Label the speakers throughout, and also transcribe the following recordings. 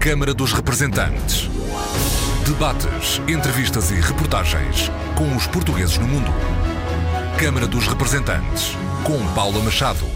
Speaker 1: Câmara dos Representantes. Debates, entrevistas e reportagens com os portugueses no mundo. Câmara dos Representantes, com Paula Machado.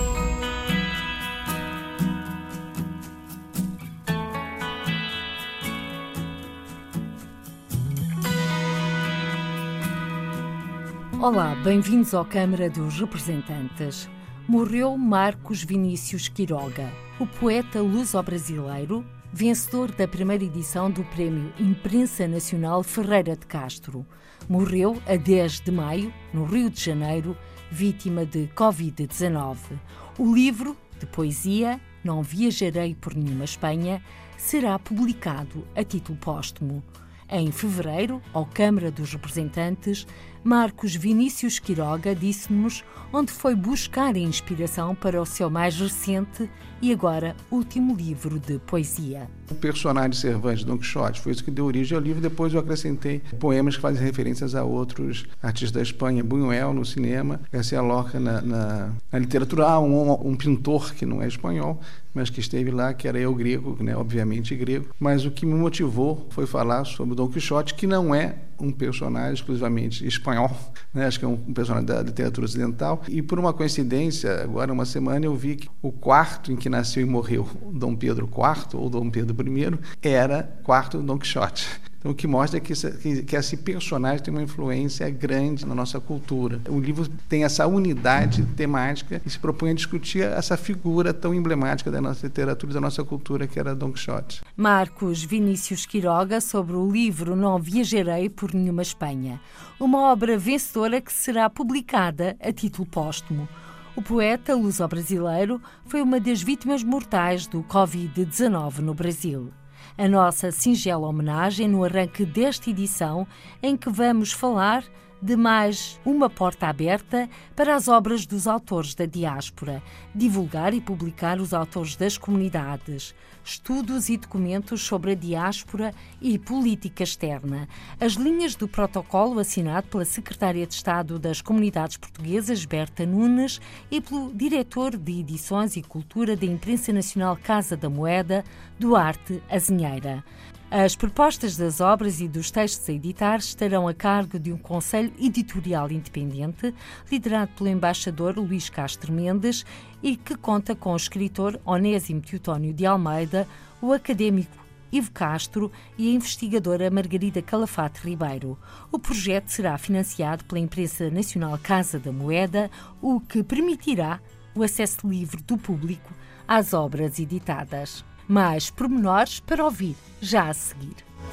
Speaker 2: Olá, bem-vindos à Câmara dos Representantes. Morreu Marcos Vinícius Quiroga, o poeta luso-brasileiro, vencedor da primeira edição do Prémio Imprensa Nacional Ferreira de Castro. Morreu a 10 de maio, no Rio de Janeiro, vítima de Covid-19. O livro de poesia, Não Viajarei por Nenhuma Espanha, será publicado a título póstumo. Em fevereiro, ao Câmara dos Representantes, Marcos Vinícius Quiroga disse-nos onde foi buscar a inspiração para o seu mais recente e agora último livro de poesia.
Speaker 3: O personagem de Cervantes, Don Quixote, foi isso que deu origem ao livro. Depois eu acrescentei poemas que fazem referências a outros artistas da Espanha. Buñuel no cinema, García Lorca na literatura. Há um pintor que não é espanhol, mas que esteve lá, que era eu grego, né? Obviamente grego. Mas o que me motivou foi falar sobre Don Quixote, que não é um personagem exclusivamente espanhol, né? Acho que é um personagem da literatura ocidental. E por uma coincidência, agora uma semana eu vi que o quarto em que nasceu e morreu Dom Pedro IV, ou Dom Pedro I, era quarto Don Quixote. Então, o que mostra que esse personagem tem uma influência grande na nossa cultura. O livro tem essa unidade temática e se propõe a discutir essa figura tão emblemática da nossa literatura e da nossa cultura, que era Don Quixote.
Speaker 2: Marcos Vinícius Quiroga, sobre o livro Não Viajarei por Nenhuma Espanha, uma obra vencedora que será publicada a título póstumo. O poeta luso-brasileiro foi uma das vítimas mortais do Covid-19 no Brasil. A nossa singela homenagem no arranque desta edição, em que vamos falar de mais uma porta aberta para as obras dos autores da diáspora, divulgar e publicar os autores das comunidades, estudos e documentos sobre a diáspora e política externa, as linhas do protocolo assinado pela Secretária de Estado das Comunidades Portuguesas, Berta Nunes, e pelo diretor de Edições e Cultura da Imprensa Nacional Casa da Moeda, Duarte Azinheira. As propostas das obras e dos textos a editar estarão a cargo de um conselho editorial independente, liderado pelo embaixador Luís Castro Mendes e que conta com o escritor Onésimo Teotónio de Almeida, o académico Ivo Castro e a investigadora Margarida Calafate Ribeiro. O projeto será financiado pela Imprensa Nacional Casa da Moeda, o que permitirá o acesso livre do público às obras editadas. Mais pormenores para ouvir já a seguir.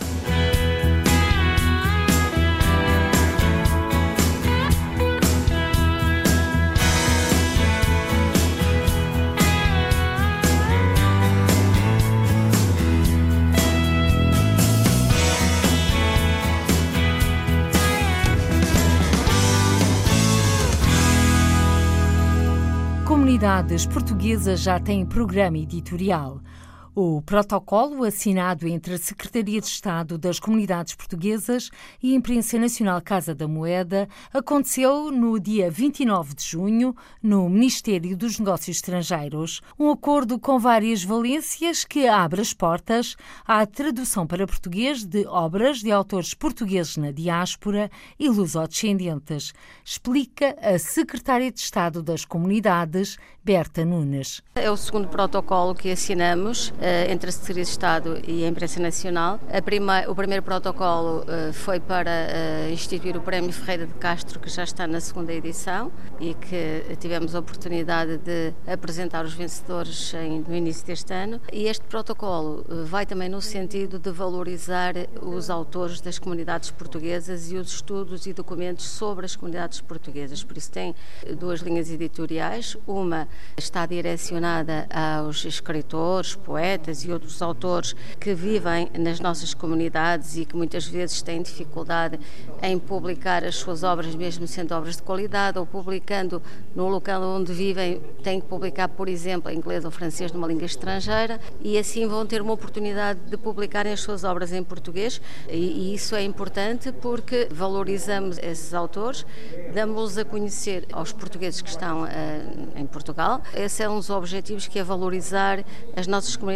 Speaker 2: Comunidades portuguesas já têm programa editorial. O protocolo, assinado entre a Secretaria de Estado das Comunidades Portuguesas e a Imprensa Nacional Casa da Moeda, aconteceu no dia 29 de junho, no Ministério dos Negócios Estrangeiros. Um acordo com várias valências que abre as portas à tradução para português de obras de autores portugueses na diáspora e lusodescendentes, explica a Secretária de Estado das Comunidades, Berta Nunes.
Speaker 4: É o segundo protocolo que assinamos entre a Secretaria de Estado e a Imprensa Nacional. O primeiro protocolo foi para instituir o Prémio Ferreira de Castro, que já está na segunda edição e que tivemos a oportunidade de apresentar os vencedores no início deste ano. E este protocolo vai também no sentido de valorizar os autores das comunidades portuguesas e os estudos e documentos sobre as comunidades portuguesas. Por isso tem duas linhas editoriais. Uma está direcionada aos escritores, poetas e outros autores que vivem nas nossas comunidades e que muitas vezes têm dificuldade em publicar as suas obras, mesmo sendo obras de qualidade, ou publicando no local onde vivem, têm que publicar, por exemplo, em inglês ou francês numa língua estrangeira, e assim vão ter uma oportunidade de publicarem as suas obras em português, e isso é importante porque valorizamos esses autores, damos-los a conhecer aos portugueses que estão em Portugal. Esse é um dos objetivos, que é valorizar as nossas comunidades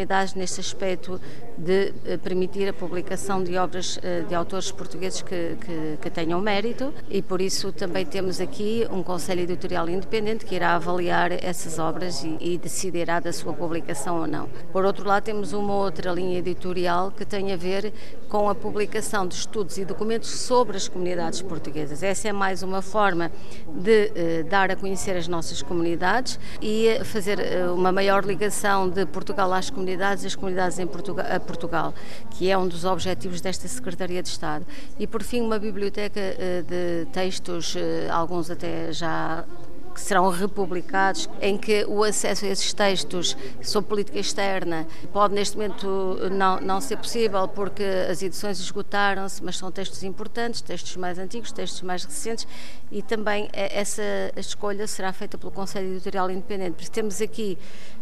Speaker 4: comunidades nesse aspecto de permitir a publicação de obras de autores portugueses que tenham mérito, e por isso também temos aqui um Conselho Editorial independente que irá avaliar essas obras e decidirá da sua publicação ou não. Por outro lado, temos uma outra linha editorial que tem a ver com a publicação de estudos e documentos sobre as comunidades portuguesas. Essa é mais uma forma de dar a conhecer as nossas comunidades e fazer uma maior ligação de Portugal às comunidades e as comunidades a Portugal, que é um dos objetivos desta Secretaria de Estado. E, por fim, uma biblioteca de textos, alguns até já que serão republicados, em que o acesso a esses textos sobre política externa pode neste momento não ser possível porque as edições esgotaram-se, mas são textos importantes, textos mais antigos, textos mais recentes, e também essa escolha será feita pelo Conselho Editorial Independente. Por isso temos aqui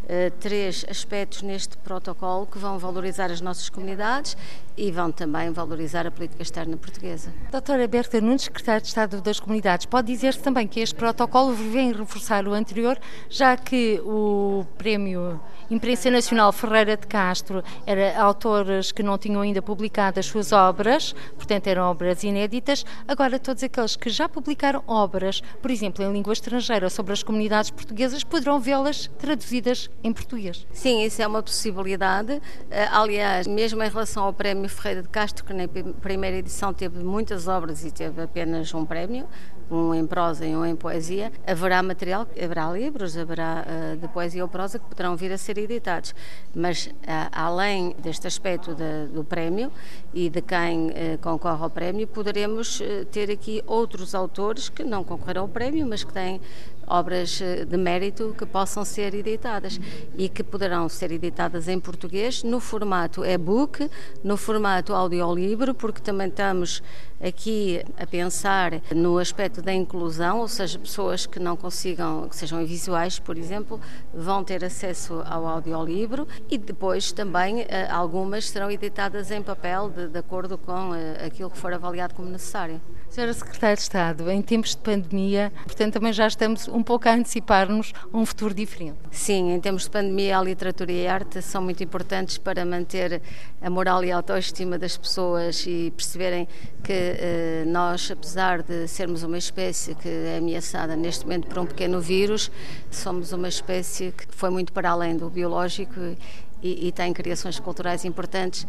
Speaker 4: 3 aspectos neste protocolo que vão valorizar as nossas comunidades e vão também valorizar a política externa portuguesa.
Speaker 2: Doutora Berta Nunes, Secretária de Estado das Comunidades, pode dizer-se também que este protocolo vem reforçar o anterior, já que o Prémio Imprensa Nacional Ferreira de Castro era autores que não tinham ainda publicado as suas obras, portanto eram obras inéditas. Agora todos aqueles que já publicaram obras, por exemplo, em língua estrangeira sobre as comunidades portuguesas, poderão vê-las traduzidas em português.
Speaker 4: Sim, isso é uma possibilidade. Aliás, mesmo em relação ao Prémio Ferreira de Castro, que na primeira edição teve muitas obras e teve apenas um prémio, um em prosa e um em poesia, haverá material, haverá livros, haverá de poesia ou prosa que poderão vir a ser editados. Mas, além deste aspecto do prémio e de quem concorre ao prémio, poderemos ter aqui outros autores que não concorreram ao prémio, mas que têm obras de mérito que possam ser editadas e que poderão ser editadas em português no formato e-book, no formato audiolivro, porque também estamos aqui a pensar no aspecto da inclusão, ou seja, pessoas que não consigam, que sejam invisuais, por exemplo, vão ter acesso ao audiolivro, e depois também algumas serão editadas em papel de acordo com aquilo que for avaliado como necessário.
Speaker 2: Senhora Secretária de Estado, em tempos de pandemia, portanto também já estamos um pouco a antecipar-nos um futuro diferente.
Speaker 4: Sim, em termos de pandemia, a literatura e a arte são muito importantes para manter a moral e a autoestima das pessoas e perceberem que nós, apesar de sermos uma espécie que é ameaçada neste momento por um pequeno vírus, somos uma espécie que foi muito para além do biológico e tem criações culturais importantes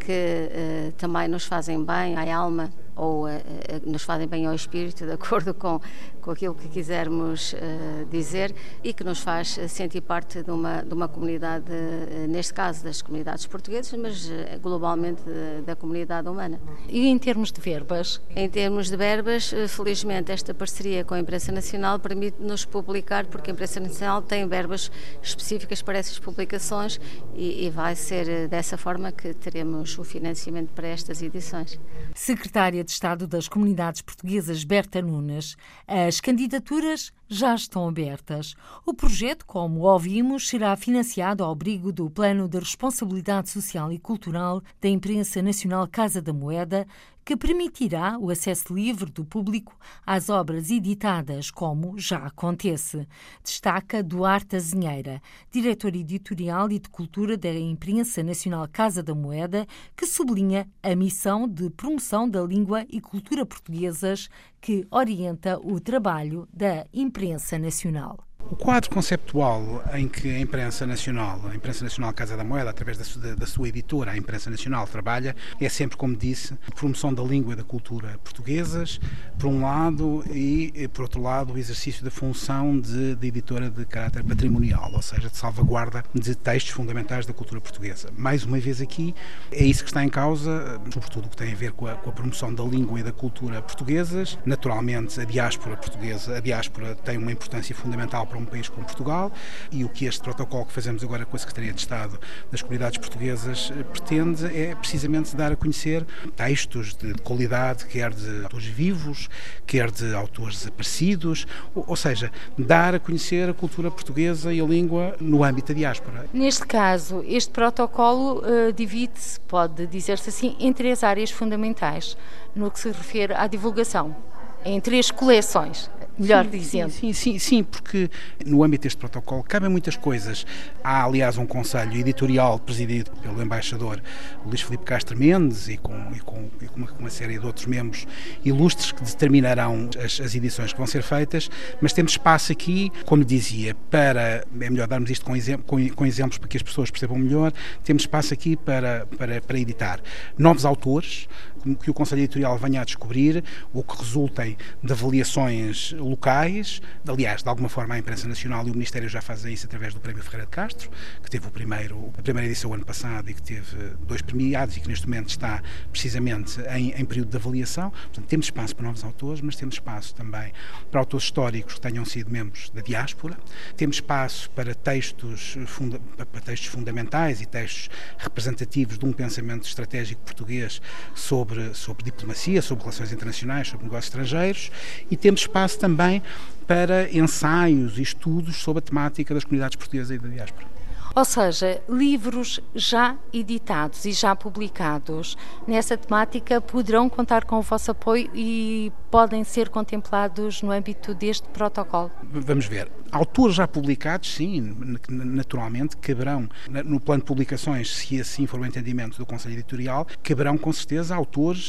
Speaker 4: que também nos fazem bem à alma ou nos fazem bem ao espírito, de acordo com aquilo que quisermos dizer, e que nos faz sentir parte de uma comunidade, neste caso das comunidades portuguesas, mas globalmente da comunidade humana.
Speaker 2: E em termos de verbas?
Speaker 4: Em termos de verbas, felizmente esta parceria com a Imprensa Nacional permite-nos publicar, porque a Imprensa Nacional tem verbas específicas para essas publicações e vai ser dessa forma que teremos o financiamento para estas edições.
Speaker 2: Secretária de Estado das Comunidades Portuguesas, Berta Nunes, as candidaturas já estão abertas. O projeto, como ouvimos, será financiado ao abrigo do Plano de Responsabilidade Social e Cultural da Imprensa Nacional Casa da Moeda, que permitirá o acesso livre do público às obras editadas, como já acontece. Destaca Duarte Azinheira, diretor editorial e de cultura da Imprensa Nacional Casa da Moeda, que sublinha a missão de promoção da língua e cultura portuguesas que orienta o trabalho da Imprensa Nacional.
Speaker 5: O quadro conceptual em que a Imprensa Nacional Casa da Moeda, através da sua editora, a Imprensa Nacional, trabalha, é sempre, como disse, a promoção da língua e da cultura portuguesas, por um lado, e, por outro lado, o exercício da função de editora de caráter patrimonial, ou seja, de salvaguarda de textos fundamentais da cultura portuguesa. Mais uma vez aqui, é isso que está em causa, sobretudo o que tem a ver com a promoção da língua e da cultura portuguesas. Naturalmente, a diáspora portuguesa, tem uma importância fundamental para um país como Portugal, e o que este protocolo que fazemos agora com a Secretaria de Estado das Comunidades Portuguesas pretende é precisamente dar a conhecer textos de qualidade, quer de autores vivos, quer de autores desaparecidos, ou seja, dar a conhecer a cultura portuguesa e a língua no âmbito da diáspora.
Speaker 2: Neste caso, este protocolo divide-se, pode dizer-se assim, em 3 áreas fundamentais, no que se refere à divulgação, em 3 coleções. melhor dizendo.
Speaker 5: Sim, porque no âmbito deste protocolo cabem muitas coisas. Há, aliás, um conselho editorial presidido pelo embaixador Luís Filipe Castro Mendes e com uma série de outros membros ilustres que determinarão as edições que vão ser feitas, mas temos espaço aqui, como dizia, é melhor darmos isto com exemplos para que as pessoas percebam melhor, temos espaço aqui para editar novos autores, que o Conselho Editorial venha a descobrir, ou que resultem de avaliações locais. Aliás, de alguma forma a imprensa nacional e o Ministério já fazem isso através do Prémio Ferreira de Castro, que teve a primeira edição o ano passado e que teve 2 premiados e que neste momento está precisamente em período de avaliação. Portanto, temos espaço para novos autores, mas temos espaço também para autores históricos que tenham sido membros da diáspora. Temos espaço para textos fundamentais e textos representativos de um pensamento estratégico português sobre diplomacia, sobre relações internacionais, sobre negócios estrangeiros, e temos espaço também para ensaios e estudos sobre a temática das comunidades portuguesas e da diáspora.
Speaker 2: Ou seja, livros já editados e já publicados nessa temática poderão contar com o vosso apoio e podem ser contemplados no âmbito deste protocolo?
Speaker 5: Vamos ver. Autores já publicados, sim, naturalmente, caberão, no plano de publicações, se assim for o entendimento do Conselho Editorial, caberão com certeza autores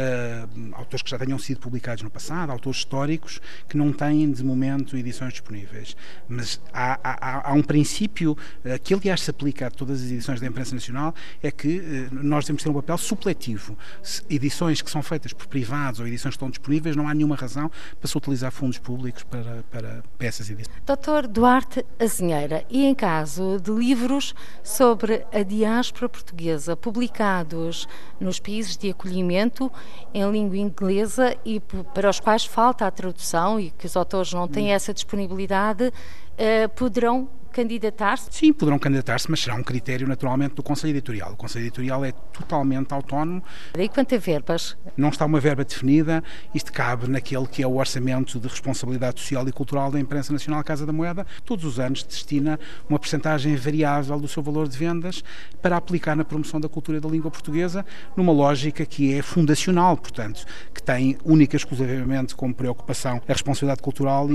Speaker 5: que já tenham sido publicados no passado, autores históricos que não têm de momento edições disponíveis. Mas há um princípio que aliás se aplica a todas as edições da imprensa nacional, é que nós devemos ter um papel supletivo. Edições que são feitas por privados ou edições que estão disponíveis, não há nenhuma razão para se utilizar fundos públicos para essas edições.
Speaker 2: Dr. Duarte Azinheira, e em caso de livros sobre a diáspora portuguesa publicados nos países de acolhimento em língua inglesa e para os quais falta a tradução e que os autores não têm essa disponibilidade, poderão candidatar-se?
Speaker 5: Sim, poderão candidatar-se, mas será um critério naturalmente do Conselho Editorial. O Conselho Editorial é totalmente autónomo.
Speaker 2: E quanto a verbas?
Speaker 5: Não está uma verba definida, isto cabe naquele que é o Orçamento de Responsabilidade Social e Cultural da Imprensa Nacional Casa da Moeda. Todos os anos destina uma percentagem variável do seu valor de vendas para aplicar na promoção da cultura e da língua portuguesa, numa lógica que é fundacional, portanto, que tem única e exclusivamente como preocupação a responsabilidade cultural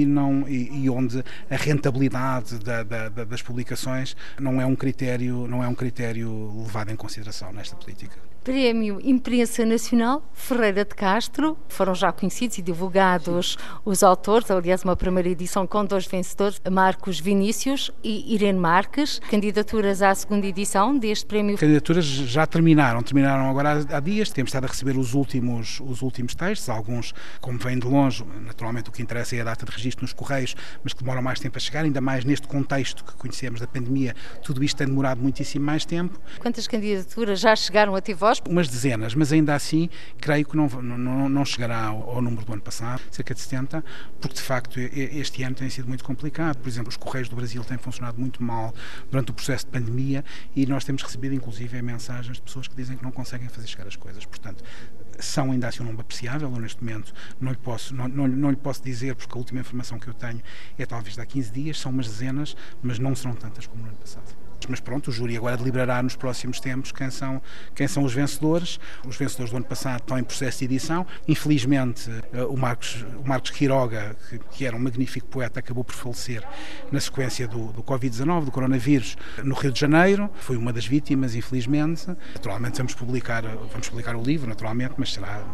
Speaker 5: e onde a rentabilidade das publicações não é um critério levado em consideração nesta política.
Speaker 2: Prémio Imprensa Nacional Ferreira de Castro. Foram já conhecidos e divulgados os autores, aliás uma primeira edição com 2 vencedores, Marcos Vinícius e Irene Marques. Candidaturas à segunda edição deste prémio?
Speaker 5: Candidaturas já terminaram agora há dias, temos estado a receber os últimos textos, alguns como vêm de longe, naturalmente o que interessa é a data de registro nos Correios, mas que demoram mais tempo a chegar, ainda mais neste contexto que conhecemos da pandemia, tudo isto tem demorado muitíssimo mais tempo.
Speaker 2: Quantas candidaturas já chegaram até vós?
Speaker 5: Umas dezenas, mas ainda assim creio que não chegará ao número do ano passado, cerca de 70, porque de facto este ano tem sido muito complicado. Por exemplo, os Correios do Brasil têm funcionado muito mal durante o processo de pandemia e nós temos recebido inclusive mensagens de pessoas que dizem que não conseguem fazer chegar as coisas. Portanto, são ainda assim um número apreciável. Eu neste momento não lhe posso dizer, porque a última informação que eu tenho é talvez de há 15 dias, são umas dezenas, mas não serão tantas como no ano passado. Mas pronto, o júri agora deliberará nos próximos tempos quem são os vencedores. Os vencedores do ano passado estão em processo de edição. Infelizmente, o Marcos Quiroga, que era um magnífico poeta, acabou por falecer na sequência do Covid-19, do coronavírus, no Rio de Janeiro. Foi uma das vítimas, infelizmente. Naturalmente vamos publicar o livro, naturalmente, mas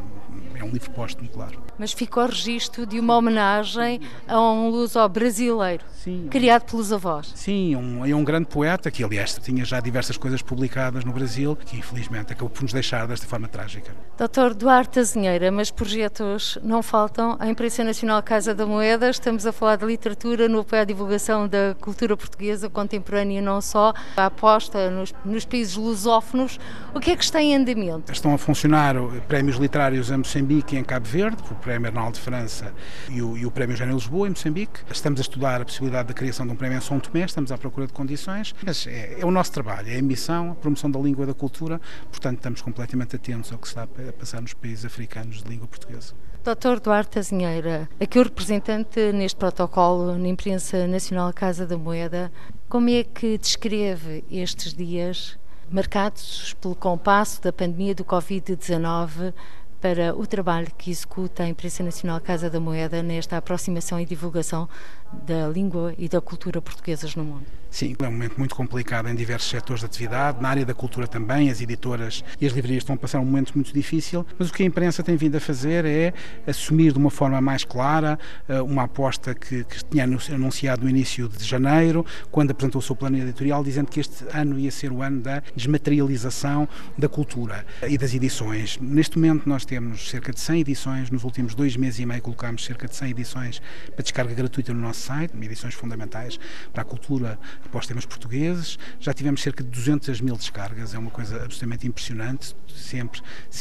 Speaker 5: é um livro póstumo, claro.
Speaker 2: Mas ficou o registro de uma homenagem a um luso-brasileiro, criado pelos avós.
Speaker 5: Sim, é um grande poeta que, aliás, tinha já diversas coisas publicadas no Brasil, que infelizmente acabou por nos deixar desta forma trágica.
Speaker 2: Dr. Duarte Azinheira, mas projetos não faltam. A Imprensa Nacional Casa da Moeda, estamos a falar de literatura, no apoio à divulgação da cultura portuguesa contemporânea, não só, a aposta nos países lusófonos. O que é que está em andamento?
Speaker 5: Estão a funcionar prémios literários em Moçambique e em Cabo Verde, o Prémio Arnaldo de França e o Prémio Eugênio Lisboa, em Moçambique. Estamos a estudar a possibilidade da criação de um prémio em São Tomé, estamos à procura de condições, mas é o nosso trabalho, é a missão, a promoção da língua e da cultura, portanto estamos completamente atentos ao que se está a passar nos países africanos de língua portuguesa.
Speaker 2: Dr. Duarte Azinheira, aqui o representante neste protocolo na Imprensa Nacional Casa da Moeda, como é que descreve estes dias marcados pelo compasso da pandemia do Covid-19 para o trabalho que executa a Imprensa Nacional Casa da Moeda nesta aproximação e divulgação da língua e da cultura portuguesas no mundo.
Speaker 5: Sim, é um momento muito complicado em diversos setores de atividade, na área da cultura também, as editoras e as livrarias estão a passar um momento muito difícil, mas o que a imprensa tem vindo a fazer é assumir de uma forma mais clara uma aposta que tinha anunciado no início de janeiro, quando apresentou o seu plano editorial, dizendo que este ano ia ser o ano da desmaterialização da cultura e das edições. Neste momento nós temos cerca de 100 edições, nos últimos 2 meses e meio colocámos cerca de 100 edições para descarga gratuita no nosso site, edições fundamentais para a cultura para os temas portugueses. Já tivemos cerca de 200 mil descargas, é uma coisa absolutamente impressionante, sempre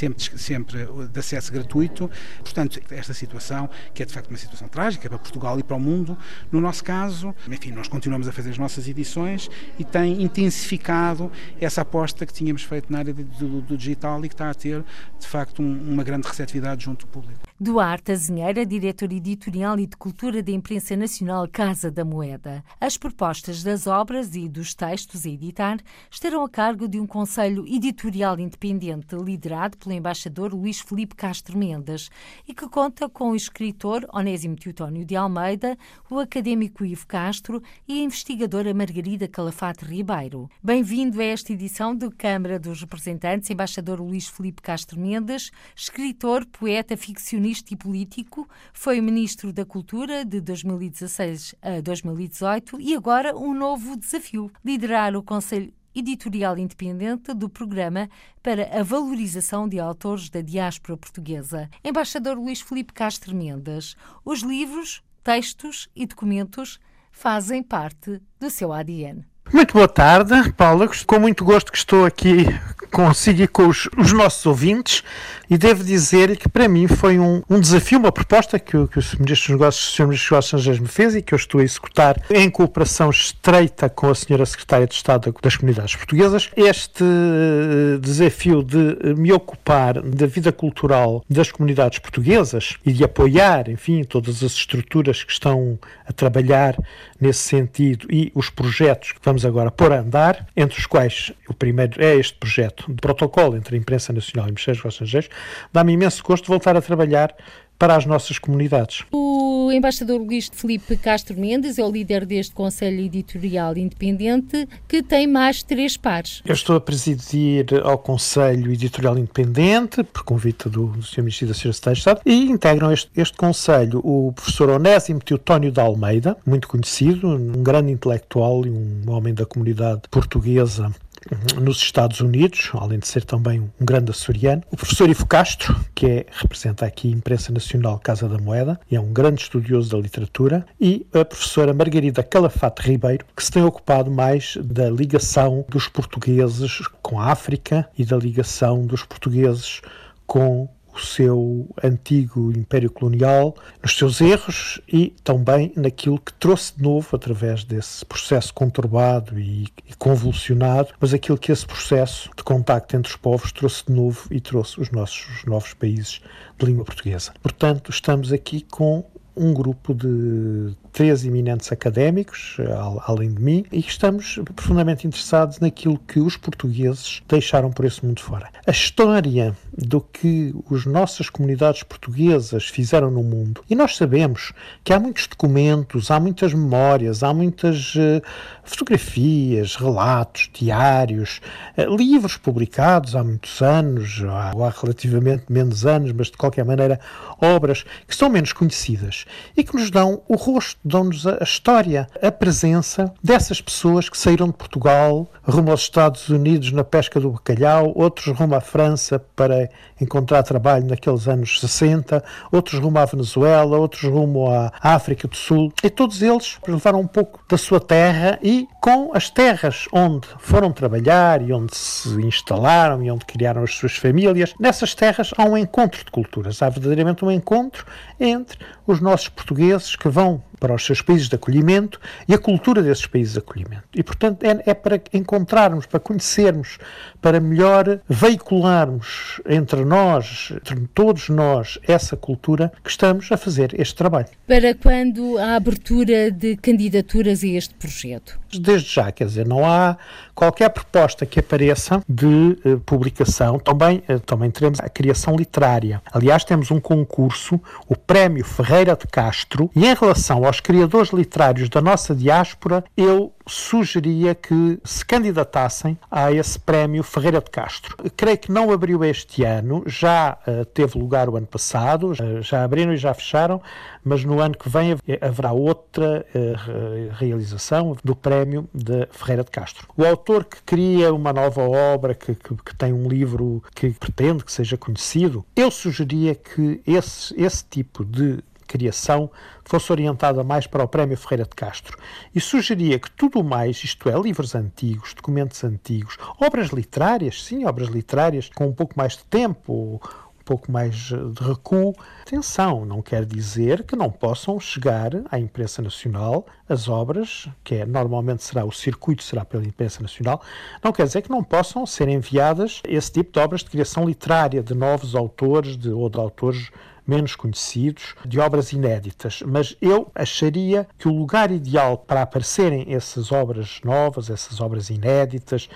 Speaker 5: de acesso gratuito. Portanto, esta situação, que é de facto uma situação trágica para Portugal e para o mundo, no nosso caso, enfim, nós continuamos a fazer as nossas edições e tem intensificado essa aposta que tínhamos feito na área do digital e que está a ter, de facto, uma grande receptividade junto do público.
Speaker 2: Duarte Azinheira, diretor editorial e de cultura da Imprensa Nacional Casa da Moeda. As propostas das obras e dos textos a editar estarão a cargo de um conselho editorial independente liderado pelo embaixador Luís Filipe Castro Mendes e que conta com o escritor Onésimo Teotónio de Almeida, o académico Ivo Castro e a investigadora Margarida Calafate Ribeiro. Bem-vindo a esta edição do Câmara dos Representantes, embaixador Luís Filipe Castro Mendes, escritor, poeta, ficcionista e político, foi Ministro da Cultura de 2016 a 2018 e agora um novo desafio, liderar o Conselho Editorial Independente do Programa para a Valorização de Autores da Diáspora Portuguesa. Embaixador Luís Filipe Castro Mendes, os livros, textos e documentos fazem parte do seu ADN.
Speaker 6: Muito boa tarde, Paula. Com muito gosto que estou aqui consigo e com os nossos ouvintes e devo dizer que para mim foi um desafio, uma proposta que o Sr. Ministro dos Negócios Estrangeiros me fez e que eu estou a executar em cooperação estreita com a Sra. Secretária de Estado das Comunidades Portuguesas. Este desafio de me ocupar da vida cultural das comunidades portuguesas e de apoiar, enfim, todas as estruturas que estão a trabalhar nesse sentido e os projetos que vamos agora pôr a andar, entre os quais o primeiro é este projeto de protocolo entre a Imprensa Nacional e o Ministério dos Negócios Estrangeiros, dá-me imenso gosto de voltar a trabalhar para as nossas comunidades.
Speaker 2: O embaixador Luís Filipe Castro Mendes é o líder deste Conselho Editorial Independente, que tem mais 3 pares. Eu
Speaker 6: estou a presidir ao Conselho Editorial Independente, por convite do Sr. Ministro e da Sra. Secretária de Estado, e integram este Conselho o professor Onésimo Teotónio de Almeida, muito conhecido, um grande intelectual e um homem da comunidade portuguesa nos Estados Unidos, além de ser também um grande açoriano. O professor Ivo Castro, que representa aqui a Imprensa Nacional Casa da Moeda, e é um grande estudioso da literatura, e a professora Margarida Calafate Ribeiro, que se tem ocupado mais da ligação dos portugueses com a África e da ligação dos portugueses com o seu antigo Império Colonial, nos seus erros e também naquilo que trouxe de novo através desse processo conturbado e convulsionado, mas aquilo que esse processo de contacto entre os povos trouxe de novo e trouxe os nossos novos países de língua portuguesa. Portanto, estamos aqui com um grupo de 3 eminentes académicos, além de mim, e estamos profundamente interessados naquilo que os portugueses deixaram por esse mundo fora. A história do que as nossas comunidades portuguesas fizeram no mundo, e nós sabemos que há muitos documentos, há muitas memórias, há muitas fotografias, relatos, diários, livros publicados há muitos anos, ou há relativamente menos anos, mas de qualquer maneira obras que são menos conhecidas e que nos dão o rosto, dão-nos a história, a presença dessas pessoas que saíram de Portugal rumo aos Estados Unidos na pesca do bacalhau, outros rumo à França para encontrar trabalho naqueles anos 60, outros rumo à Venezuela, outros rumo à África do Sul, e todos eles levaram um pouco da sua terra e com as terras onde foram trabalhar e onde se instalaram e onde criaram as suas famílias, nessas terras há um encontro de culturas, há verdadeiramente um encontro entre os nossos portugueses que vão para os seus países de acolhimento e a cultura desses países de acolhimento. E, portanto, é para encontrarmos, para conhecermos, para melhor veicularmos entre nós, entre todos nós, essa cultura que estamos a fazer este trabalho.
Speaker 2: Para quando a abertura de candidaturas a este projeto?
Speaker 6: Desde já, quer dizer, não há qualquer proposta que apareça de publicação, também teremos a criação literária. Aliás, temos um concurso, o Prémio Ferreira de Castro, e em relação aos criadores literários da nossa diáspora, eu sugeria que se candidatassem a esse Prémio Ferreira de Castro. Creio que não abriu este ano, já teve lugar o ano passado, já abriram e já fecharam, mas no ano que vem haverá outra realização do Prémio de Ferreira de Castro. O autor que cria uma nova obra, que tem um livro que pretende que seja conhecido, eu sugeria que esse tipo de criação fosse orientada mais para o Prémio Ferreira de Castro e sugeria que tudo mais, isto é, livros antigos, documentos antigos, obras literárias, sim, obras literárias com um pouco mais de tempo, um pouco mais de recuo. Atenção, não quer dizer que não possam chegar à imprensa nacional as obras, normalmente o circuito será pela imprensa nacional, não quer dizer que não possam ser enviadas esse tipo de obras de criação literária, de novos autores ou de autores menos conhecidos, de obras inéditas, mas eu acharia que o lugar ideal para aparecerem essas obras novas, essas obras inéditas,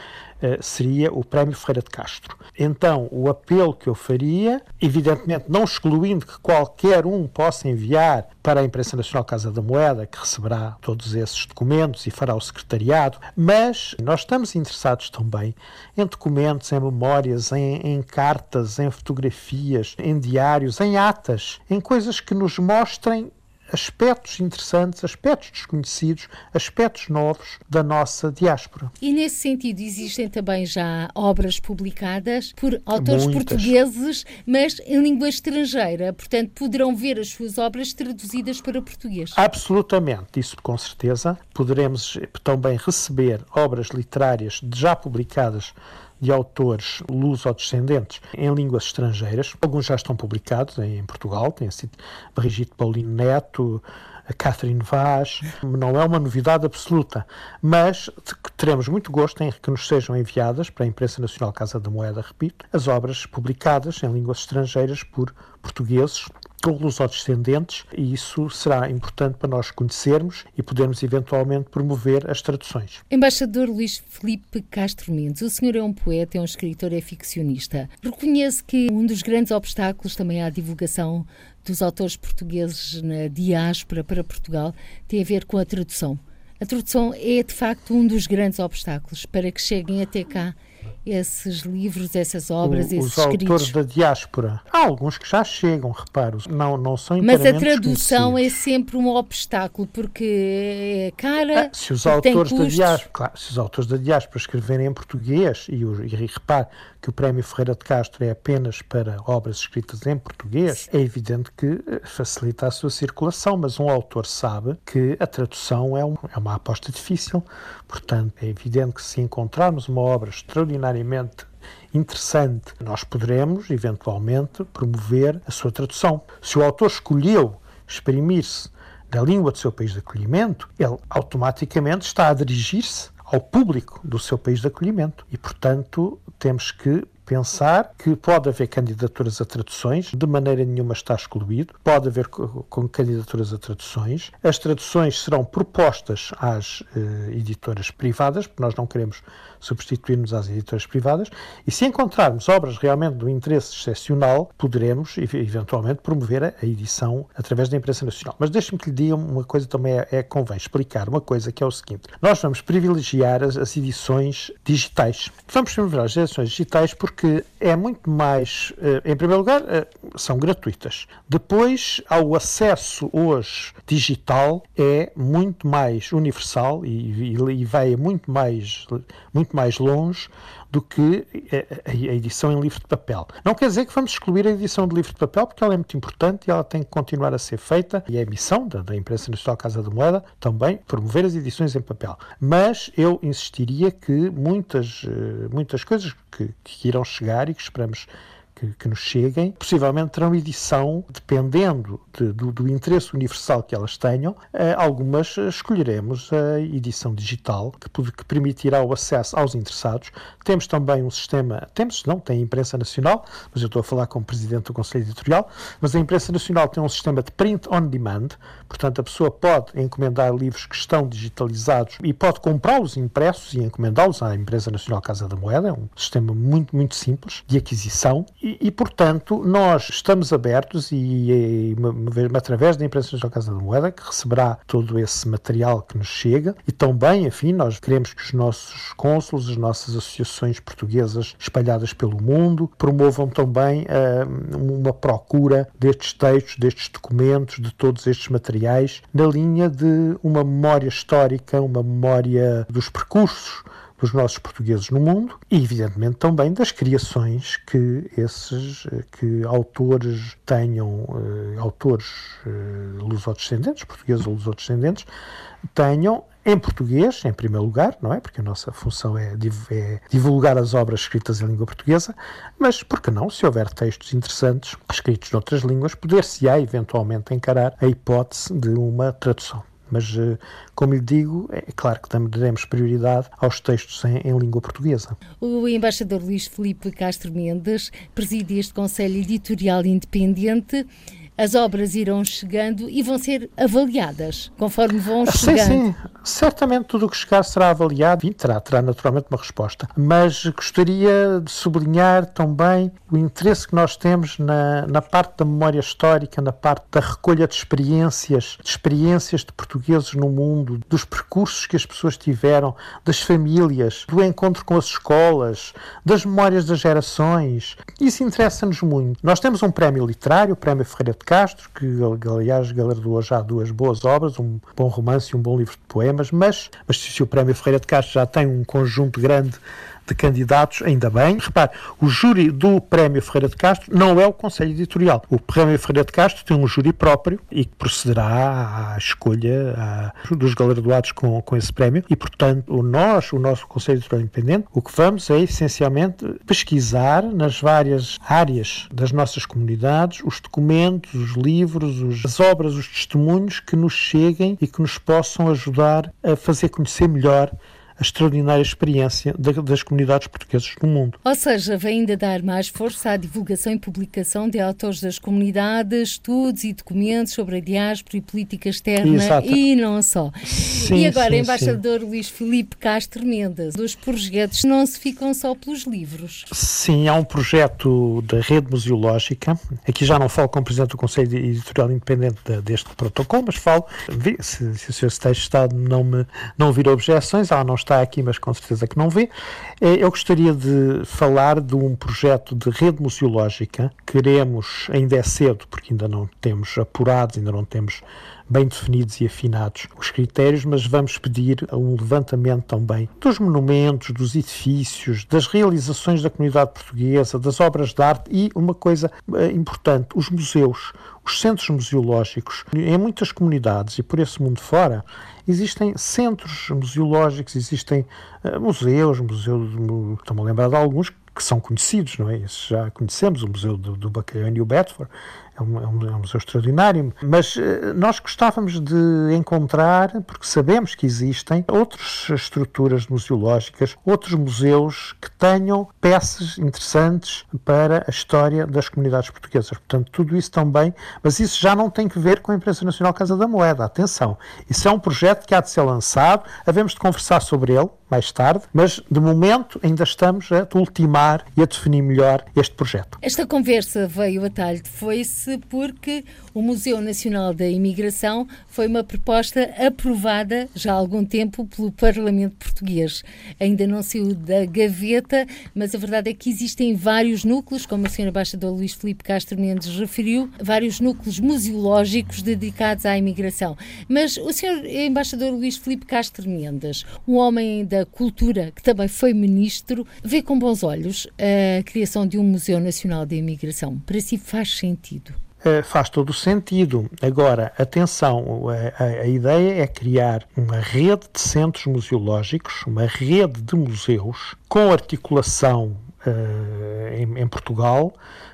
Speaker 6: seria o Prémio Ferreira de Castro. Então, o apelo que eu faria, evidentemente não excluindo que qualquer um possa enviar para a Imprensa Nacional Casa da Moeda, que receberá todos esses documentos e fará o secretariado, mas nós estamos interessados também em documentos, em memórias, em cartas, em fotografias, em diários, em atas, em coisas que nos mostrem aspectos interessantes, aspectos desconhecidos, aspectos novos da nossa diáspora.
Speaker 2: E nesse sentido existem também já obras publicadas por autores portugueses, mas em língua estrangeira, portanto poderão ver as suas obras traduzidas para português.
Speaker 6: Absolutamente, isso com certeza. Poderemos também receber obras literárias já publicadas de autores luso-descendentes em línguas estrangeiras. Alguns já estão publicados em Portugal, tem sido Brigitte Paulino Neto, a Catherine Vaz. Não é uma novidade absoluta, mas teremos muito gosto em que nos sejam enviadas para a Imprensa Nacional Casa da Moeda, repito, as obras publicadas em línguas estrangeiras por portugueses com luso-descendentes, e isso será importante para nós conhecermos e podermos eventualmente promover as traduções.
Speaker 2: Embaixador Luís Filipe Castro Mendes, o senhor é um poeta, é um escritor, é ficcionista. Reconhece que um dos grandes obstáculos também à divulgação dos autores portugueses na diáspora para Portugal tem a ver com a tradução. A tradução é, de facto, um dos grandes obstáculos para que cheguem até cá esses livros, essas obras, esses escritos. Os autores
Speaker 6: da diáspora. Há alguns que já chegam, reparo, não são inteiramente.
Speaker 2: Mas a tradução é sempre um obstáculo, porque é cara,
Speaker 6: se os autores da diáspora, claro, se os autores da diáspora escreverem em português, e repare que o Prémio Ferreira de Castro é apenas para obras escritas em português, é evidente que facilita a sua circulação, mas um autor sabe que a tradução é uma aposta difícil. Portanto, é evidente que se encontrarmos uma obra extraordinariamente interessante, nós poderemos, eventualmente, promover a sua tradução. Se o autor escolheu exprimir-se na língua do seu país de acolhimento, ele automaticamente está a dirigir-se ao público do seu país de acolhimento. E, portanto, temos que pensar que pode haver candidaturas a traduções, de maneira nenhuma está excluído, pode haver com candidaturas a traduções. As traduções serão propostas às editoras privadas, porque nós não queremos substituir-nos às editoras privadas, e se encontrarmos obras realmente de um interesse excepcional, poderemos eventualmente promover a edição através da imprensa nacional. Mas deixe-me que lhe diga uma coisa, também convém explicar uma coisa, que é o seguinte: nós vamos privilegiar as edições digitais. Vamos privilegiar as edições digitais porque é muito mais, em primeiro lugar, são gratuitas. Depois, o acesso hoje digital é muito mais universal e vai muito mais longe do que a edição em livro de papel. Não quer dizer que vamos excluir a edição de livro de papel, porque ela é muito importante e ela tem que continuar a ser feita, e a emissão da Imprensa Nacional Casa da Moeda também promover as edições em papel. Mas eu insistiria que muitas coisas que irão chegar e que esperamos que nos cheguem, possivelmente terão edição, dependendo do interesse universal que elas tenham. Algumas escolheremos a edição digital, que permitirá o acesso aos interessados. Temos também um sistema, tem a Imprensa Nacional, mas eu estou a falar como Presidente do Conselho Editorial, mas a Imprensa Nacional tem um sistema de print on demand, portanto a pessoa pode encomendar livros que estão digitalizados e pode comprá-los impressos e encomendá-los à Imprensa Nacional Casa da Moeda. É um sistema muito, muito simples de aquisição e portanto, nós estamos abertos e através da Imprensa Nacional Casa da Moeda, que receberá todo esse material que nos chega, e também, enfim, nós queremos que os nossos cônsulos, as nossas associações portuguesas espalhadas pelo mundo, promovam também uma procura destes textos, destes documentos, de todos estes materiais, na linha de uma memória histórica, uma memória dos percursos dos nossos portugueses no mundo e, evidentemente, também das criações que autores tenham, autores lusodescendentes, portugueses ou lusodescendentes, tenham em português, em primeiro lugar, não é? Porque a nossa função é divulgar as obras escritas em língua portuguesa, mas, por que não, se houver textos interessantes escritos noutras línguas, poder-se-á eventualmente encarar a hipótese de uma tradução. Mas, como lhe digo, é claro que daremos prioridade aos textos em língua portuguesa.
Speaker 2: O embaixador Luís Filipe Castro Mendes preside este Conselho Editorial Independente. As obras irão chegando e vão ser avaliadas conforme vão chegando. Sim,
Speaker 6: certamente tudo o que chegar será avaliado e terá naturalmente uma resposta. Mas gostaria de sublinhar também o interesse que nós temos na parte da memória histórica, na parte da recolha de experiências de portugueses no mundo, dos percursos que as pessoas tiveram, das famílias, do encontro com as escolas, das memórias das gerações. Isso interessa-nos muito. Nós temos um prémio literário, o Prémio Ferreira de Castro, que aliás galardoou já 2 boas obras, um bom romance e um bom livro de poemas, mas se o Prémio Ferreira de Castro já tem um conjunto grande de candidatos, ainda bem. Repare, o júri do Prémio Ferreira de Castro não é o Conselho Editorial. O Prémio Ferreira de Castro tem um júri próprio e que procederá à escolha dos galardoados com esse prémio e, portanto, o nosso Conselho Editorial Independente, o que vamos é, essencialmente, pesquisar nas várias áreas das nossas comunidades os documentos, os livros, as obras, os testemunhos que nos cheguem e que nos possam ajudar a fazer conhecer melhor a extraordinária experiência das comunidades portuguesas no mundo.
Speaker 2: Ou seja, vai ainda dar mais força à divulgação e publicação de autores das comunidades, estudos e documentos sobre a diáspora e política externa. Exato. E não só.
Speaker 6: Sim,
Speaker 2: e agora,
Speaker 6: sim,
Speaker 2: embaixador Luís Filipe Castro Mendes, os projetos não se ficam só pelos livros.
Speaker 6: Sim, há um projeto da Rede Museológica. Aqui já não falo como Presidente do Conselho Editorial Independente deste protocolo, mas falo, se o Sr. Secretário de Estado não vir objeções, não está aqui, mas com certeza que não vê. Eu gostaria de falar de um projeto de rede museológica. Queremos, ainda é cedo, porque ainda não temos apurados, ainda não temos bem definidos e afinados os critérios, mas vamos pedir um levantamento também dos monumentos, dos edifícios, das realizações da comunidade portuguesa, das obras de arte e, uma coisa importante, os museus, os centros museológicos. Em muitas comunidades e por esse mundo fora, existem centros museológicos, existem museus, estou-me a lembrar de alguns que são conhecidos, não é? Esses já conhecemos, o Museu do Bacalhau em New Bedford, é um museu extraordinário, mas nós gostávamos de encontrar, porque sabemos que existem outras estruturas museológicas, outros museus que tenham peças interessantes para a história das comunidades portuguesas. Portanto, tudo isso também, mas isso já não tem que ver com a Imprensa Nacional Casa da Moeda, atenção. Isso é um projeto que há de ser lançado, havemos de conversar sobre ele mais tarde, mas de momento ainda estamos a ultimar e a definir melhor este projeto.
Speaker 2: Esta conversa veio a talho de foice porque o Museu Nacional da Imigração foi uma proposta aprovada já há algum tempo pelo Parlamento Português. Ainda não saiu da gaveta, mas a verdade é que existem vários núcleos, como o Sr. Embaixador Luís Filipe Castro Mendes referiu, vários núcleos museológicos dedicados à imigração. Mas o Sr. Embaixador Luís Filipe Castro Mendes, um homem da cultura que também foi ministro, vê com bons olhos a criação de um Museu Nacional da Imigração. Para si faz sentido?
Speaker 6: Faz todo o sentido. Agora, atenção, a ideia é criar uma rede de centros museológicos, uma rede de museus com articulação em Portugal,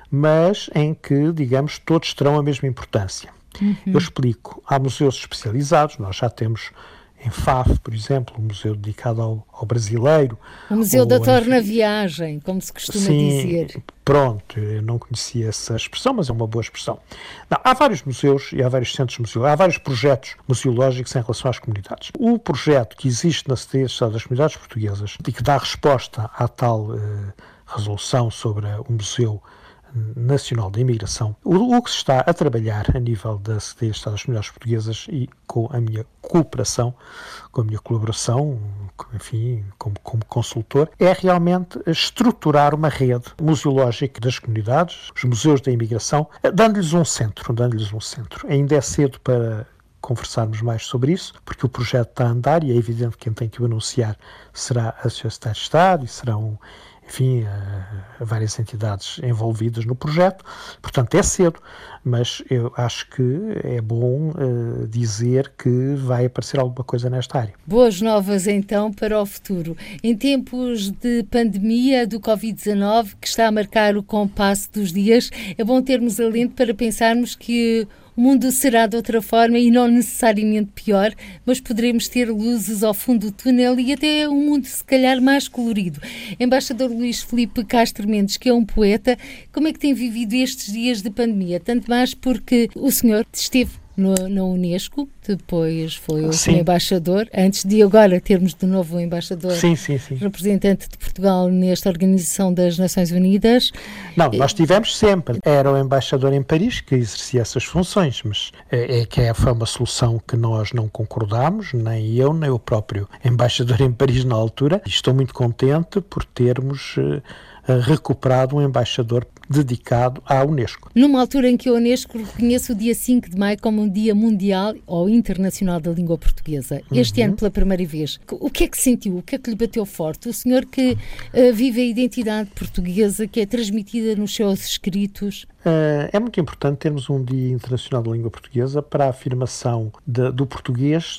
Speaker 6: mas em que, digamos, todos terão a mesma importância. Eu explico. Há museus especializados, nós já temos em Faf, por exemplo, um museu dedicado ao brasileiro.
Speaker 2: O Museu da Torna-Viagem, como se costuma dizer.
Speaker 6: Pronto, eu não conhecia essa expressão, mas é uma boa expressão. Não, há vários museus e há vários centros museológicos, há vários projetos museológicos em relação às comunidades. O projeto que existe na Secretaria de Estado das Comunidades Portuguesas e que dá resposta à tal resolução sobre o Museu Nacional da Imigração, o que se está a trabalhar a nível da Secretaria de Estado das Comunidades Portuguesas e com a minha cooperação, com a minha colaboração, enfim, como consultor, é realmente estruturar uma rede museológica das comunidades, os museus da imigração, dando-lhes um centro. Ainda é cedo para conversarmos mais sobre isso, porque o projeto está a andar e é evidente que quem tem que o anunciar será a Secretaria de Estado e serão, enfim, várias entidades envolvidas no projeto. Portanto, é cedo, mas eu acho que é bom dizer que vai aparecer alguma coisa nesta área.
Speaker 2: Boas novas, então, para o futuro. Em tempos de pandemia do Covid-19, que está a marcar o compasso dos dias, é bom termos alento para pensarmos que o mundo será de outra forma e não necessariamente pior, mas poderemos ter luzes ao fundo do túnel e até um mundo, se calhar, mais colorido. Embaixador Luís Filipe Castro Mendes, que é um poeta, como é que tem vivido estes dias de pandemia? Tanto mais porque o senhor esteve na Unesco, depois foi o embaixador, antes de agora termos de novo um embaixador representante de Portugal nesta Organização das Nações Unidas.
Speaker 6: Não, nós tivemos sempre. Era o embaixador em Paris que exercia essas funções, mas foi uma solução que nós não concordámos, nem eu, nem o próprio embaixador em Paris na altura. E estou muito contente por termos recuperado um embaixador dedicado à Unesco.
Speaker 2: Numa altura em que a Unesco reconhece o dia 5 de maio como um dia mundial ou internacional da língua portuguesa. Este ano, pela primeira vez. O que é que sentiu? O que é que lhe bateu forte? O senhor que vive a identidade portuguesa, que é transmitida nos seus escritos.
Speaker 6: É muito importante termos um Dia Internacional da Língua Portuguesa para a afirmação do português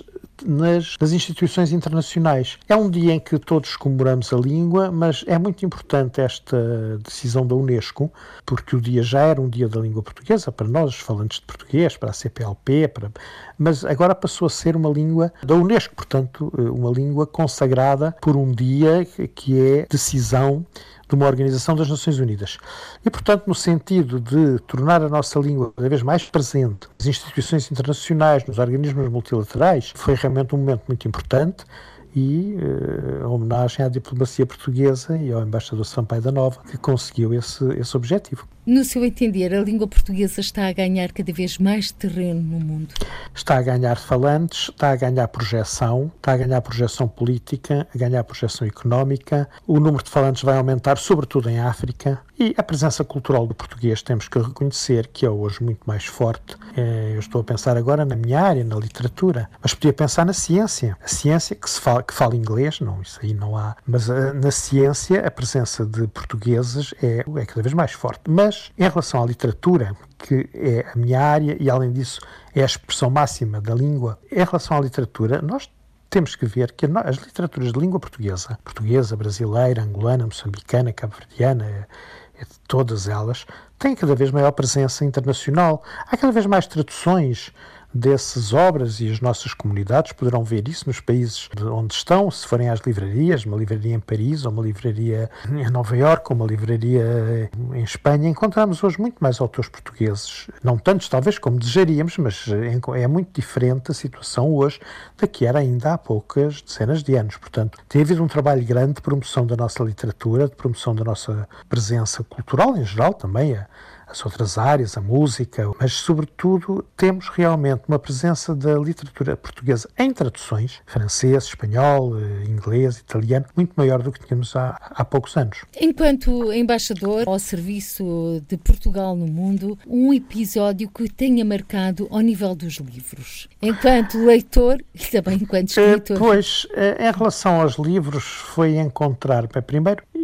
Speaker 6: nas instituições internacionais. É um dia em que todos comemoramos a língua, mas é muito importante esta decisão da Unesco, porque o dia já era um dia da língua portuguesa para nós, os falantes de português, para a CPLP, mas agora passou a ser uma língua da Unesco, portanto, uma língua consagrada por um dia que é decisão de uma Organização das Nações Unidas. E, portanto, no sentido de tornar a nossa língua cada vez mais presente nas instituições internacionais, nos organismos multilaterais, foi realmente um momento muito importante e a homenagem à diplomacia portuguesa e ao embaixador Sampaio da Nova, que conseguiu esse objetivo.
Speaker 2: No seu entender, a língua portuguesa está a ganhar cada vez mais terreno no mundo?
Speaker 6: Está a ganhar falantes, está a ganhar projeção política, a ganhar projeção económica. O número de falantes vai aumentar, sobretudo em África. E a presença cultural do português temos que reconhecer que é hoje muito mais forte. Eu estou a pensar agora na minha área, na literatura, mas podia pensar na ciência. A ciência que fala inglês, não, isso aí não há. Mas na ciência a presença de portugueses é cada vez mais forte. Mas em relação à literatura, que é a minha área e, além disso, é a expressão máxima da língua, em relação à literatura, nós temos que ver que as literaturas de língua portuguesa, brasileira, angolana, moçambicana, cabo-verdiana, todas elas, têm cada vez maior presença internacional. Há cada vez mais traduções dessas obras e as nossas comunidades poderão ver isso nos países onde estão, se forem às livrarias, uma livraria em Paris, ou uma livraria em Nova Iorque, ou uma livraria em Espanha. Encontramos hoje muito mais autores portugueses, não tantos talvez como desejaríamos, mas é muito diferente a situação hoje da que era ainda há poucas dezenas de anos. Portanto, tem havido um trabalho grande de promoção da nossa literatura, de promoção da nossa presença cultural em geral também, as outras áreas, a música, mas sobretudo temos realmente uma presença da literatura portuguesa em traduções, francês, espanhol, inglês, italiano, muito maior do que tínhamos há poucos anos.
Speaker 2: Enquanto embaixador ao serviço de Portugal no mundo, um episódio que tenha marcado ao nível dos livros, enquanto leitor e também enquanto escritor.
Speaker 6: Pois, em relação aos livros, foi encontrar, primeiro,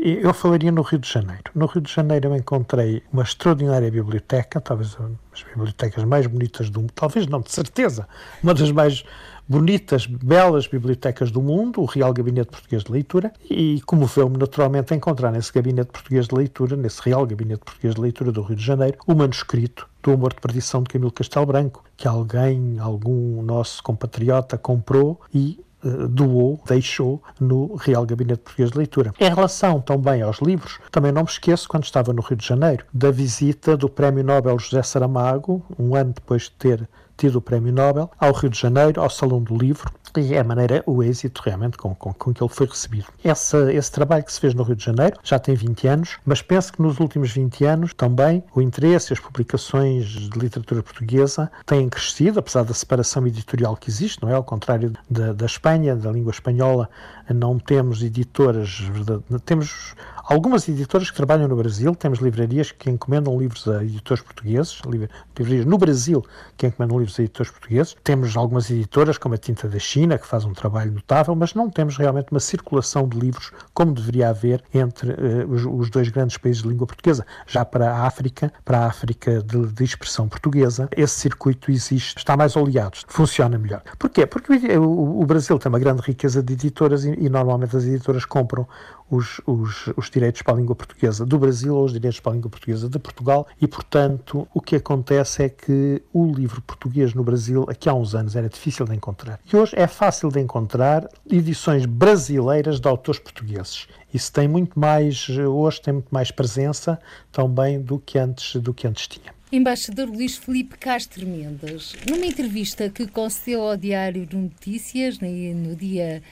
Speaker 6: Eu falaria no Rio de Janeiro. No Rio de Janeiro eu encontrei uma extraordinária biblioteca, talvez as bibliotecas mais bonitas do mundo, talvez não, de certeza, uma das mais bonitas, belas bibliotecas do mundo, o Real Gabinete Português de Leitura, e comoveu-me naturalmente a encontrar nesse Gabinete Português de Leitura, nesse Real Gabinete Português de Leitura do Rio de Janeiro, o manuscrito do Amor de Perdição de Camilo Castelo Branco, que algum nosso compatriota comprou e doou, deixou no Real Gabinete Português de Leitura. Em relação também aos livros, também não me esqueço, quando estava no Rio de Janeiro, da visita do Prémio Nobel José Saramago, um ano depois de ter tido o Prémio Nobel, ao Rio de Janeiro, ao Salão do Livro, e é a maneira, o êxito realmente com que ele foi recebido. Esse trabalho que se fez no Rio de Janeiro já tem 20 anos, mas penso que nos últimos 20 anos também o interesse e as publicações de literatura portuguesa têm crescido, apesar da separação editorial que existe, não é? Ao contrário da Espanha, da língua espanhola, não temos editoras, temos algumas editoras que trabalham no Brasil, temos livrarias que encomendam livros a editores portugueses, livrarias no Brasil que encomendam livros a editores portugueses, temos algumas editoras como a Tinta da China, que faz um trabalho notável, mas não temos realmente uma circulação de livros como deveria haver entre os dois grandes países de língua portuguesa. Já para a África de expressão portuguesa, esse circuito existe, está mais oleado, funciona melhor. Porquê? Porque o Brasil tem uma grande riqueza de editoras e normalmente as editoras compram os direitos para a língua portuguesa do Brasil ou os direitos para a língua portuguesa de Portugal e, portanto, o que acontece é que o livro português no Brasil, aqui há uns anos, era difícil de encontrar. E hoje é fácil de encontrar edições brasileiras de autores portugueses. Isso tem muito mais, hoje tem muito mais presença também do que antes tinha.
Speaker 2: Embaixador Luís Filipe Castro Mendes, numa entrevista que concedeu ao Diário de Notícias, no dia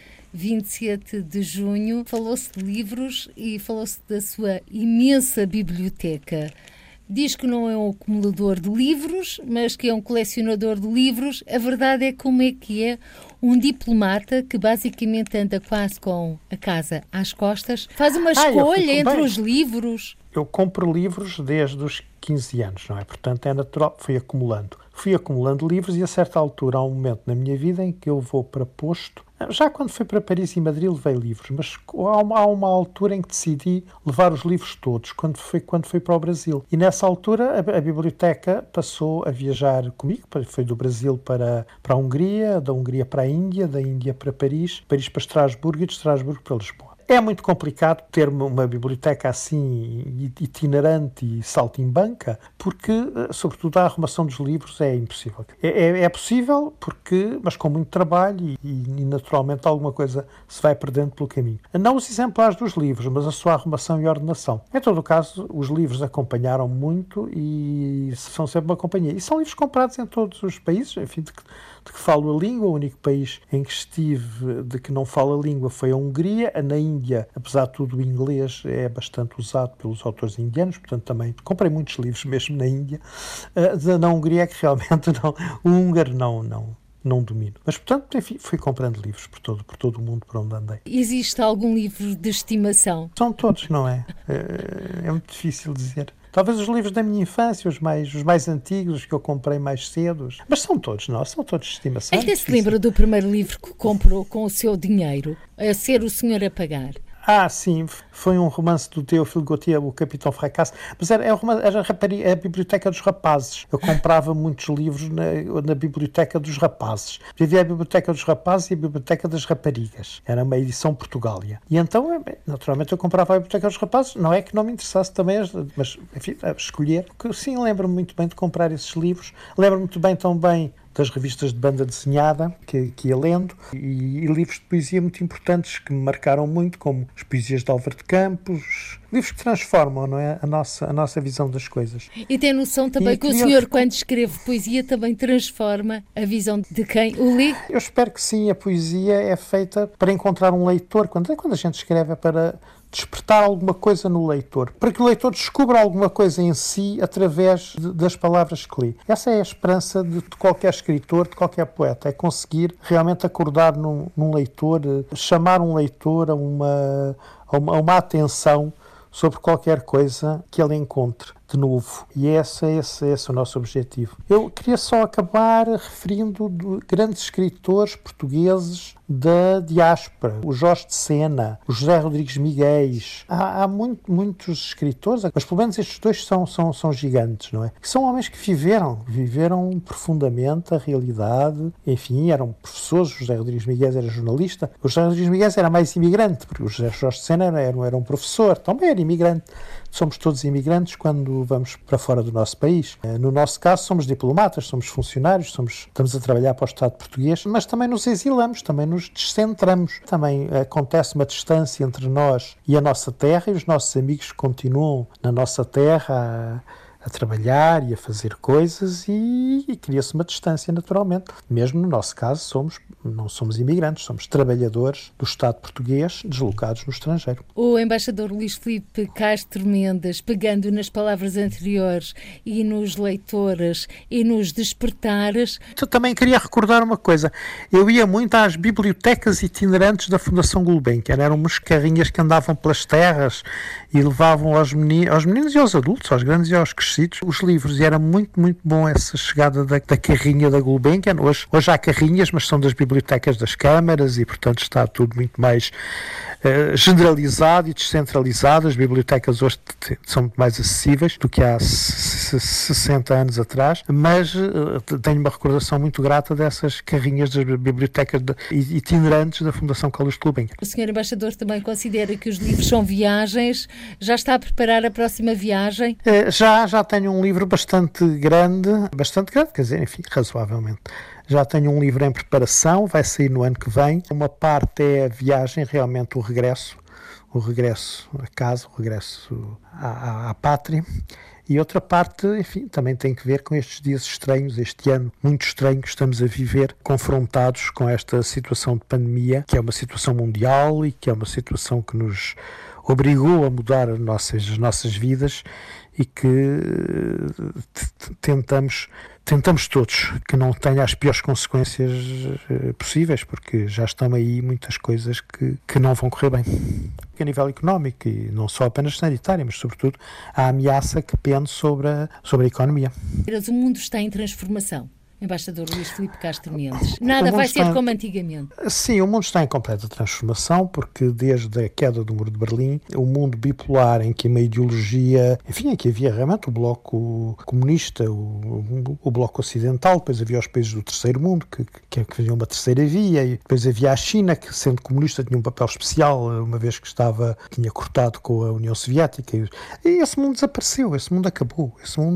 Speaker 2: 27 de junho, falou-se de livros e falou-se da sua imensa biblioteca. Diz que não é um acumulador de livros, mas que é um colecionador de livros. A verdade é como é que é um diplomata que basicamente anda quase com a casa às costas, faz uma escolha entre os livros.
Speaker 6: Eu compro livros desde os 15 anos, não é? Portanto, é natural, fui acumulando livros e a certa altura há um momento na minha vida em que eu vou para posto. Já quando fui para Paris e Madrid levei livros, mas há uma altura em que decidi levar os livros todos, quando fui para o Brasil. E nessa altura a biblioteca passou a viajar comigo, foi do Brasil para a Hungria, da Hungria para a Índia, da Índia para Paris para Estrasburgo e de Estrasburgo para Lisboa. É muito complicado ter uma biblioteca assim itinerante e saltimbanca, porque, sobretudo, a arrumação dos livros é impossível. É possível, mas com muito trabalho e, naturalmente, alguma coisa se vai perdendo pelo caminho. Não os exemplares dos livros, mas a sua arrumação e ordenação. Em todo o caso, os livros acompanharam muito e são sempre uma companhia. E são livros comprados em todos os países, enfim, de que falo a língua. O único país em que estive de que não falo a língua foi a Hungria. Na Índia, apesar de tudo, o inglês é bastante usado pelos autores indianos, portanto também comprei muitos livros mesmo na Índia. Na Hungria é que realmente o húngaro não domino. Mas, portanto, enfim, fui comprando livros por todo o mundo por onde andei.
Speaker 2: Existe algum livro de estimação?
Speaker 6: São todos, não é? É muito difícil dizer. Talvez os livros da minha infância, os mais antigos, os que eu comprei mais cedo. Mas são todos de estimação.
Speaker 2: Até se lembra do primeiro livro que comprou com o seu dinheiro, a ser o senhor a pagar?
Speaker 6: Sim, foi um romance do Théophile Gautier, o Capitão Fracasso, mas era a Biblioteca dos Rapazes. Eu comprava muitos livros na Biblioteca dos Rapazes. Havia a Biblioteca dos Rapazes e a Biblioteca das Raparigas. Era uma edição Portugália. E então, naturalmente, eu comprava a Biblioteca dos Rapazes. Não é que não me interessasse também, mas, enfim, a escolher. Porque, sim, lembro-me muito bem de comprar esses livros. Lembro-me muito bem também das revistas de banda desenhada que ia lendo e livros de poesia muito importantes que me marcaram muito, como as poesias de Álvaro de Campos, livros que transformam, não é, a nossa visão das coisas.
Speaker 2: E tem noção também que o senhor, quando escreve poesia, também transforma a visão de quem o lê?
Speaker 6: Eu espero que sim. A poesia é feita para encontrar um leitor. Quando a gente escreve é para despertar alguma coisa no leitor, para que o leitor descubra alguma coisa em si através das palavras que lê. Essa é a esperança de qualquer escritor, de qualquer poeta, é conseguir realmente acordar num leitor, chamar um leitor a uma atenção sobre qualquer coisa que ele encontre de novo. E esse é o nosso objetivo. Eu queria só acabar referindo grandes escritores portugueses da diáspora, o Jorge de Sena, o José Rodrigues Miguéis. Há muitos escritores, mas pelo menos estes dois são gigantes, não é? Que são homens que viveram profundamente a realidade, enfim, eram professores. O José Rodrigues Miguéis era jornalista, o José Rodrigues Miguéis era mais imigrante, porque o Jorge de Sena era um professor, também era imigrante. Somos todos imigrantes quando vamos para fora do nosso país. No nosso caso, somos diplomatas, somos funcionários, estamos a trabalhar para o Estado português, mas também nos exilamos, também nos descentramos. Também acontece uma distância entre nós e a nossa terra, e os nossos amigos continuam na nossa terra a trabalhar e a fazer coisas, e cria-se uma distância naturalmente. Mesmo no nosso caso, não somos imigrantes, somos trabalhadores do Estado português deslocados no estrangeiro.
Speaker 2: O embaixador Luís Filipe Castro Mendes, pegando nas palavras anteriores e nos leitores e nos despertares...
Speaker 6: Eu também queria recordar uma coisa. Eu ia muito às bibliotecas itinerantes da Fundação Gulbenkian. Eram umas carrinhas que andavam pelas terras e levavam aos meninos e aos adultos, aos grandes e aos crescidos, os livros, e era muito, muito bom essa chegada da carrinha da Gulbenkian. Hoje há carrinhas, mas são das bibliotecas das câmaras e, portanto, está tudo muito mais generalizado e descentralizado. As bibliotecas hoje são muito mais acessíveis do que há 60 anos atrás, mas tenho uma recordação muito grata dessas carrinhas das bibliotecas itinerantes da Fundação Carlos de Gulbenkian.
Speaker 2: O Sr. Embaixador também considera que os livros são viagens? Já está a preparar a próxima viagem?
Speaker 6: Já tenho um livro bastante grande, quer dizer, enfim, razoavelmente. Já tenho um livro em preparação, vai sair no ano que vem. Uma parte é a viagem, realmente o regresso a casa, o regresso à pátria. E outra parte, enfim, também tem que ver com estes dias estranhos, este ano muito estranho que estamos a viver, confrontados com esta situação de pandemia, que é uma situação mundial e que é uma situação que nos obrigou a mudar as nossas vidas, e que tentamos todos que não tenha as piores consequências possíveis, porque já estão aí muitas coisas que não vão correr bem. A nível económico, e não só apenas sanitário, mas sobretudo a ameaça que pende sobre a economia.
Speaker 2: O mundo está em transformação. Embaixador Luís Filipe Castro Mendes. Nada vai ser como antigamente.
Speaker 6: Sim, o mundo está em completa transformação, porque desde a queda do Muro de Berlim, o mundo bipolar em que uma ideologia, enfim, em que havia realmente o bloco comunista, o bloco ocidental, depois havia os países do terceiro mundo, que faziam uma terceira via, e depois havia a China, que sendo comunista tinha um papel especial, uma vez que tinha cortado com a União Soviética, e esse mundo desapareceu, esse mundo acabou,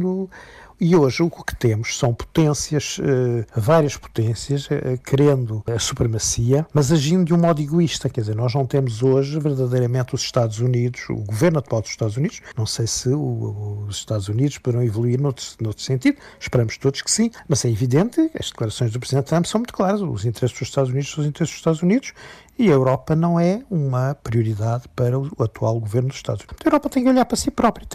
Speaker 6: E hoje o que temos são potências, várias potências, querendo a supremacia, mas agindo de um modo egoísta. Quer dizer, nós não temos hoje verdadeiramente os Estados Unidos, o governo atual dos Estados Unidos. Não sei se os Estados Unidos poderão evoluir noutro sentido, esperamos todos que sim, mas é evidente, as declarações do Presidente Trump são muito claras, os interesses dos Estados Unidos são os interesses dos Estados Unidos, e a Europa não é uma prioridade para o atual governo dos Estados Unidos. A Europa tem que olhar para si própria,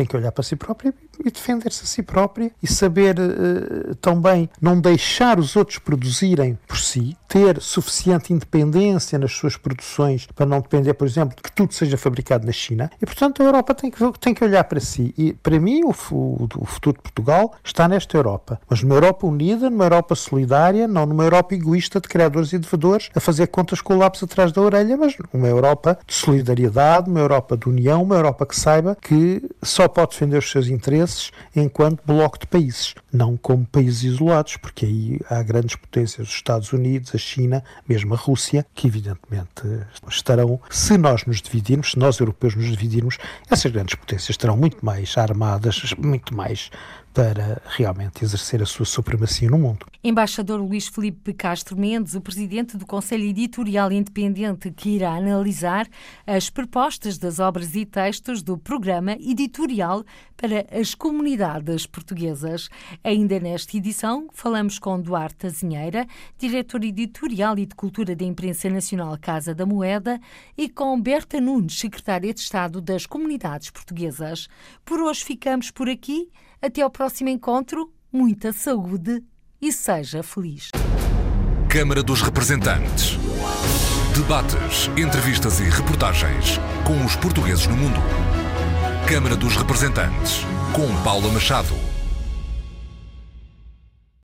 Speaker 6: e defender-se a si própria, e saber também não deixar os outros produzirem por si, ter suficiente independência nas suas produções para não depender, por exemplo, de que tudo seja fabricado na China. E, portanto, a Europa tem que olhar para si. E, para mim, o futuro de Portugal está nesta Europa. Mas numa Europa unida, numa Europa solidária, não numa Europa egoísta de criadores e devedores a fazer contas com o lápis atrás da orelha, mas uma Europa de solidariedade, uma Europa de união, uma Europa que saiba que só pode defender os seus interesses enquanto bloco de países, não como países isolados, porque aí há grandes potências, os Estados Unidos, a China, mesmo a Rússia, que evidentemente estarão, se nós nos dividirmos, se nós europeus nos dividirmos, essas grandes potências estarão muito mais armadas, muito mais para realmente exercer a sua supremacia no mundo.
Speaker 2: Embaixador Luís Filipe Castro Mendes, o presidente do Conselho Editorial Independente, que irá analisar as propostas das obras e textos do programa editorial para as comunidades portuguesas. Ainda nesta edição, falamos com Duarte Azinheira, diretor editorial e de Cultura da Imprensa Nacional Casa da Moeda, e com Berta Nunes, secretária de Estado das Comunidades Portuguesas. Por hoje ficamos por aqui. Até ao próximo encontro, muita saúde e seja feliz.
Speaker 1: Câmara dos Representantes. Debates, entrevistas e reportagens com os portugueses no mundo. Câmara dos Representantes, com Paula Machado.